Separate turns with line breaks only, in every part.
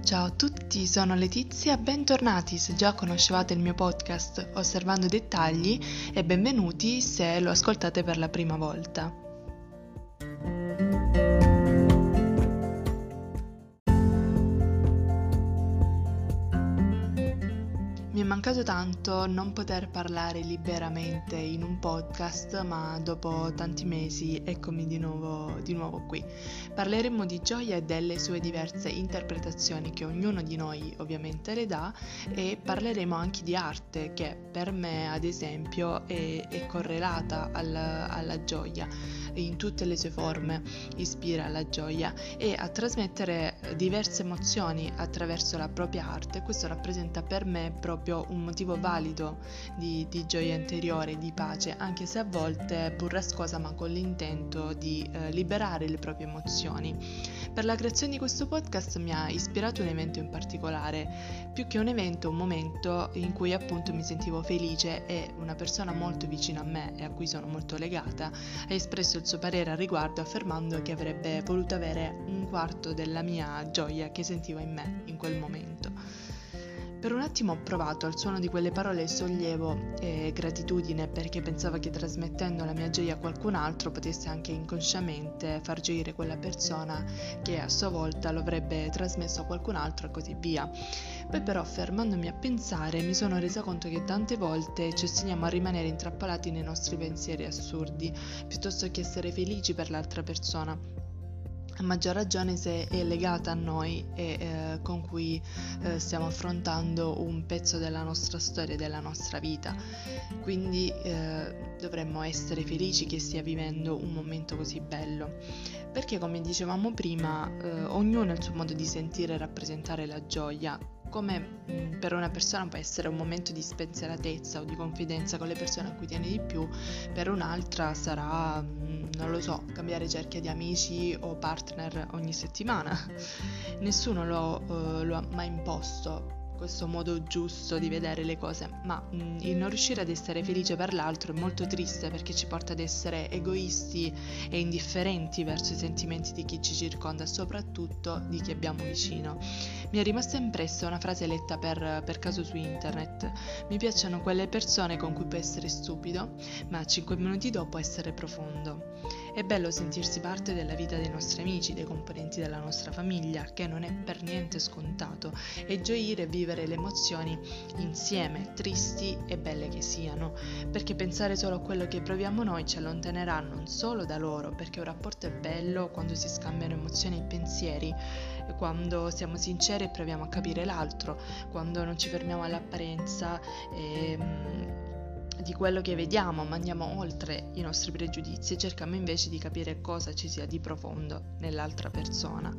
Ciao a tutti, sono Letizia, bentornati se già conoscevate il mio podcast Osservando i dettagli e benvenuti se lo ascoltate per la prima volta. Mi è mancato tanto non poter parlare liberamente in un podcast, ma dopo tanti mesi eccomi di nuovo qui. Parleremo di gioia e delle sue diverse interpretazioni che ognuno di noi ovviamente le dà, e parleremo anche di arte che per me ad esempio è correlata alla gioia, in tutte le sue forme ispira alla gioia e a trasmettere diverse emozioni attraverso la propria arte. Questo rappresenta per me proprio un motivo valido di gioia interiore, di pace, anche se a volte burrascosa, ma con l'intento di liberare le proprie emozioni. Per la creazione di questo podcast mi ha ispirato un evento in particolare, più che un evento, un momento in cui appunto mi sentivo felice e una persona molto vicina a me e a cui sono molto legata ha espresso il suo parere al riguardo, affermando che avrebbe voluto avere un quarto della mia gioia che sentivo in me in quel momento. Per un attimo ho provato al suono di quelle parole sollievo e gratitudine, perché pensavo che trasmettendo la mia gioia a qualcun altro potesse anche inconsciamente far gioire quella persona che a sua volta lo avrebbe trasmesso a qualcun altro e così via. Poi però, fermandomi a pensare, mi sono resa conto che tante volte ci ostiniamo a rimanere intrappolati nei nostri pensieri assurdi, piuttosto che essere felici per l'altra persona. A maggior ragione se è legata a noi e con cui stiamo affrontando un pezzo della nostra storia e della nostra vita. Quindi dovremmo essere felici che stia vivendo un momento così bello, perché come dicevamo prima ognuno ha il suo modo di sentire e rappresentare la gioia. Come per una persona può essere un momento di spensieratezza o di confidenza con le persone a cui tiene di più, per un'altra sarà, non lo so, cambiare cerchia di amici o partner ogni settimana. Nessuno lo ha mai imposto questo modo giusto di vedere le cose, ma il non riuscire ad essere felice per l'altro è molto triste, perché ci porta ad essere egoisti e indifferenti verso i sentimenti di chi ci circonda, soprattutto di chi abbiamo vicino. Mi è rimasta impressa una frase letta per caso su internet: mi piacciono quelle persone con cui puoi essere stupido, ma 5 minuti dopo essere profondo. È bello sentirsi parte della vita dei nostri amici, dei componenti della nostra famiglia, che non è per niente scontato, e gioire e vivere le emozioni insieme, tristi e belle che siano, perché pensare solo a quello che proviamo noi ci allontanerà non solo da loro, perché un rapporto è bello quando si scambiano emozioni e pensieri, quando siamo sinceri e proviamo a capire l'altro, quando non ci fermiamo all'apparenza di quello che vediamo, ma andiamo oltre i nostri pregiudizi e cerchiamo invece di capire cosa ci sia di profondo nell'altra persona.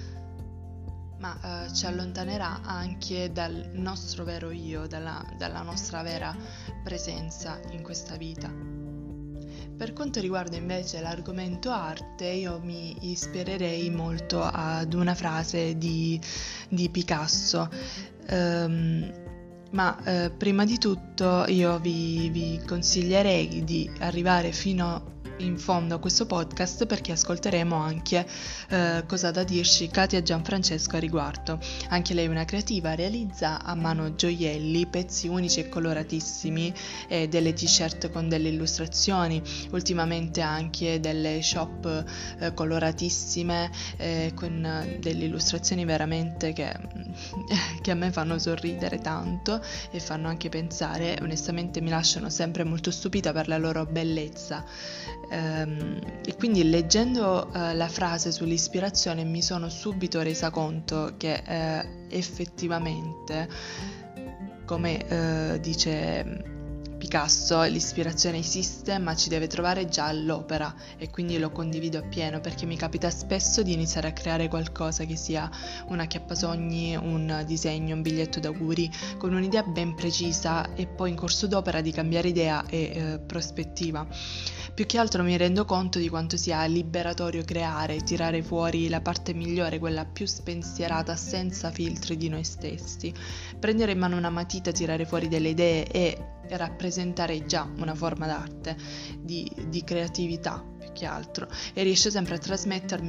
Ma ci allontanerà anche dal nostro vero io, dalla nostra vera presenza in questa vita. Per quanto riguarda invece l'argomento arte, io mi ispirerei molto ad una frase di Picasso. Ma prima di tutto io vi consiglierei di arrivare fino in fondo a questo podcast, perché ascolteremo anche cosa ha da dirci Katia Gianfrancesco a riguardo. Anche lei è una creativa, realizza a mano gioielli, pezzi unici e coloratissimi, delle t-shirt con delle illustrazioni, ultimamente anche delle shop coloratissime con delle illustrazioni veramente che a me fanno sorridere tanto e fanno anche pensare. Onestamente mi lasciano sempre molto stupita per la loro bellezza. E quindi leggendo la frase sull'ispirazione mi sono subito resa conto che effettivamente, come dice Picasso, l'ispirazione esiste, ma ci deve trovare già all'opera, e quindi lo condivido appieno, perché mi capita spesso di iniziare a creare qualcosa, che sia un acchiappasogni, un disegno, un biglietto d'auguri, con un'idea ben precisa, e poi in corso d'opera di cambiare idea e prospettiva. Più che altro mi rendo conto di quanto sia liberatorio creare, tirare fuori la parte migliore, quella più spensierata, senza filtri di noi stessi. Prendere in mano una matita, tirare fuori delle idee e rappresentare già una forma d'arte, di creatività più che altro, e riesce sempre a trasmettermi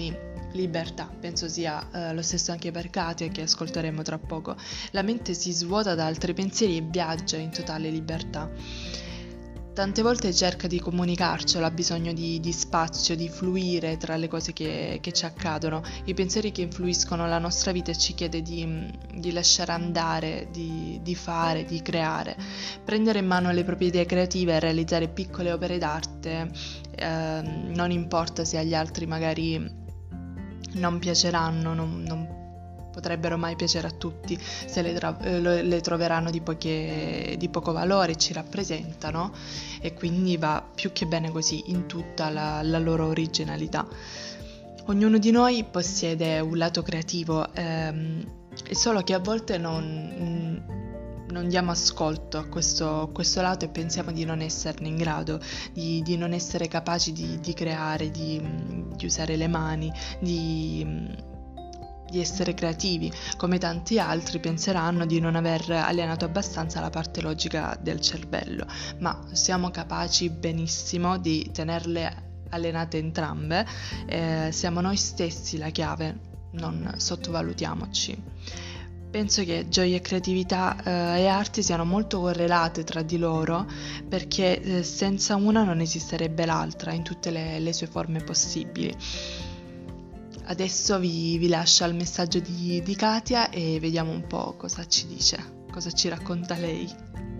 libertà, penso sia lo stesso anche per Katia, che ascolteremo tra poco. La mente si svuota da altri pensieri e viaggia in totale libertà. Tante volte cerca di comunicarcelo, ha bisogno di spazio, di fluire tra le cose che ci accadono, i pensieri che influiscono la nostra vita, e ci chiede di lasciare andare, di fare, di creare, prendere in mano le proprie idee creative e realizzare piccole opere d'arte, non importa se agli altri magari non piaceranno, non potrebbero mai piacere a tutti, se le troveranno di poco valore, ci rappresentano, e quindi va più che bene così in tutta la loro originalità. Ognuno di noi possiede un lato creativo, è solo che a volte non diamo ascolto a questo lato e pensiamo di non esserne in grado, di non essere capaci di creare, di usare le mani, di essere creativi, come tanti altri penseranno di non aver allenato abbastanza la parte logica del cervello, ma siamo capaci benissimo di tenerle allenate entrambe, siamo noi stessi la chiave, non sottovalutiamoci. Penso che gioia e creatività e arte siano molto correlate tra di loro, perché senza una non esisterebbe l'altra in tutte le sue forme possibili. Adesso vi lascio al messaggio di Katia e vediamo un po' cosa ci dice, cosa ci racconta lei.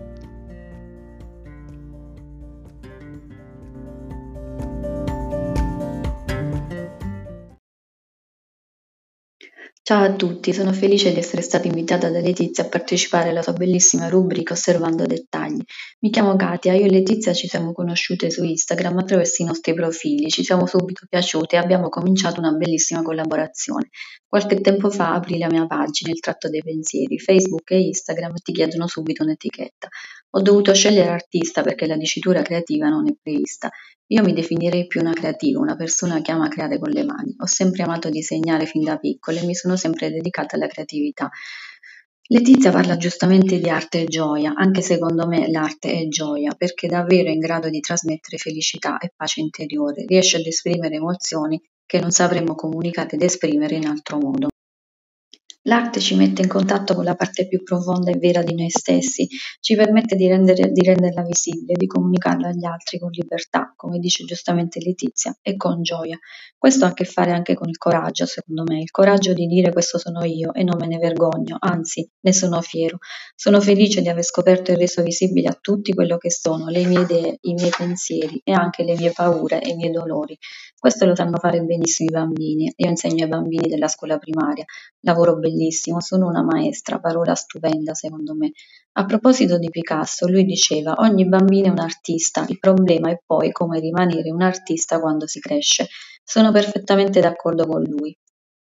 Ciao a tutti, sono felice di essere stata invitata da Letizia a partecipare alla sua bellissima rubrica Osservando Dettagli. Mi chiamo Katia, io e Letizia ci siamo conosciute su Instagram attraverso i nostri profili, ci siamo subito piaciute e abbiamo cominciato una bellissima collaborazione. Qualche tempo fa aprì la mia pagina, Il Tratto dei Pensieri. Facebook e Instagram ti chiedono subito un'etichetta. Ho dovuto scegliere artista perché la dicitura creativa non è prevista. Io mi definirei più una creativa, una persona che ama creare con le mani. Ho sempre amato disegnare fin da piccola e mi sono sempre dedicata alla creatività. Letizia parla giustamente di arte e gioia, anche secondo me l'arte è gioia, perché davvero è in grado di trasmettere felicità e pace interiore, riesce ad esprimere emozioni che non sapremmo comunicare ed esprimere in altro modo. L'arte ci mette in contatto con la parte più profonda e vera di noi stessi, ci permette di renderla visibile, di comunicarla agli altri con libertà, come dice giustamente Letizia, e con gioia. Questo ha a che fare anche con il coraggio, secondo me, il coraggio di dire questo sono io e non me ne vergogno, anzi ne sono fiero. Sono felice di aver scoperto e reso visibile a tutti quello che sono, le mie idee, i miei pensieri e anche le mie paure e i miei dolori. Questo lo sanno fare benissimo i bambini. Io insegno ai bambini della scuola primaria. Lavoro bellissimo, sono una maestra, parola stupenda secondo me. A proposito di Picasso, lui diceva: ogni bambino è un artista, il problema è poi come rimanere un artista quando si cresce. Sono perfettamente d'accordo con lui.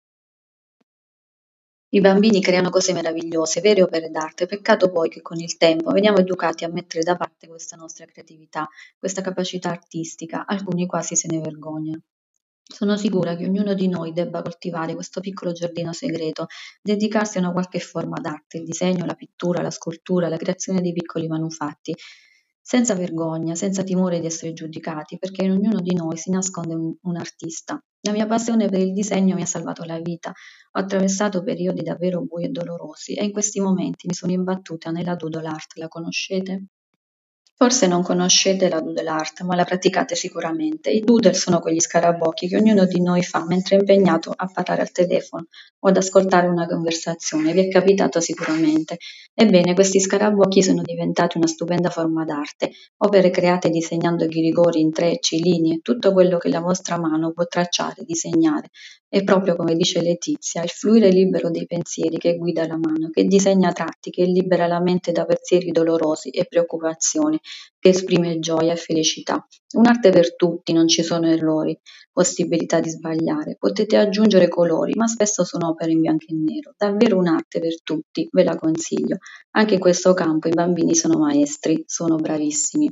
I bambini creano cose meravigliose, vere opere d'arte, peccato poi che con il tempo veniamo educati a mettere da parte questa nostra creatività, questa capacità artistica, alcuni quasi se ne vergognano. Sono sicura che ognuno di noi debba coltivare questo piccolo giardino segreto, dedicarsi a una qualche forma d'arte, il disegno, la pittura, la scultura, la creazione di piccoli manufatti, senza vergogna, senza timore di essere giudicati, perché in ognuno di noi si nasconde un artista. La mia passione per il disegno mi ha salvato la vita, ho attraversato periodi davvero bui e dolorosi e in questi momenti mi sono imbattuta nella doodle art, la conoscete? Forse non conoscete la doodle art, ma la praticate sicuramente. I doodle sono quegli scarabocchi che ognuno di noi fa mentre è impegnato a parlare al telefono o ad ascoltare una conversazione. Vi è capitato sicuramente. Ebbene, questi scarabocchi sono diventati una stupenda forma d'arte, opere create disegnando ghirigori, intrecci, linee, tutto quello che la vostra mano può tracciare, disegnare. È proprio come dice Letizia, il fluire libero dei pensieri che guida la mano, che disegna tratti, che libera la mente da pensieri dolorosi e preoccupazioni, che esprime gioia e felicità. Un'arte per tutti, non ci sono errori, possibilità di sbagliare. Potete aggiungere colori, ma spesso sono opere in bianco e nero. Davvero un'arte per tutti, ve la consiglio. Anche in questo campo i bambini sono maestri, sono bravissimi.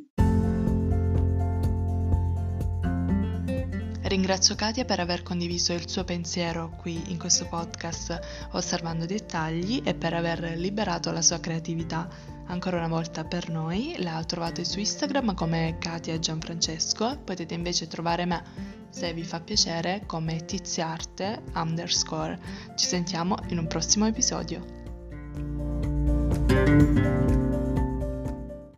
Ringrazio Katia per aver condiviso il suo pensiero qui in questo podcast Osservando Dettagli e per aver liberato la sua creatività ancora una volta per noi. La trovate su Instagram come Katia Gianfrancesco, potete invece trovare me, se vi fa piacere, come tiziarte_. Ci sentiamo in un prossimo episodio.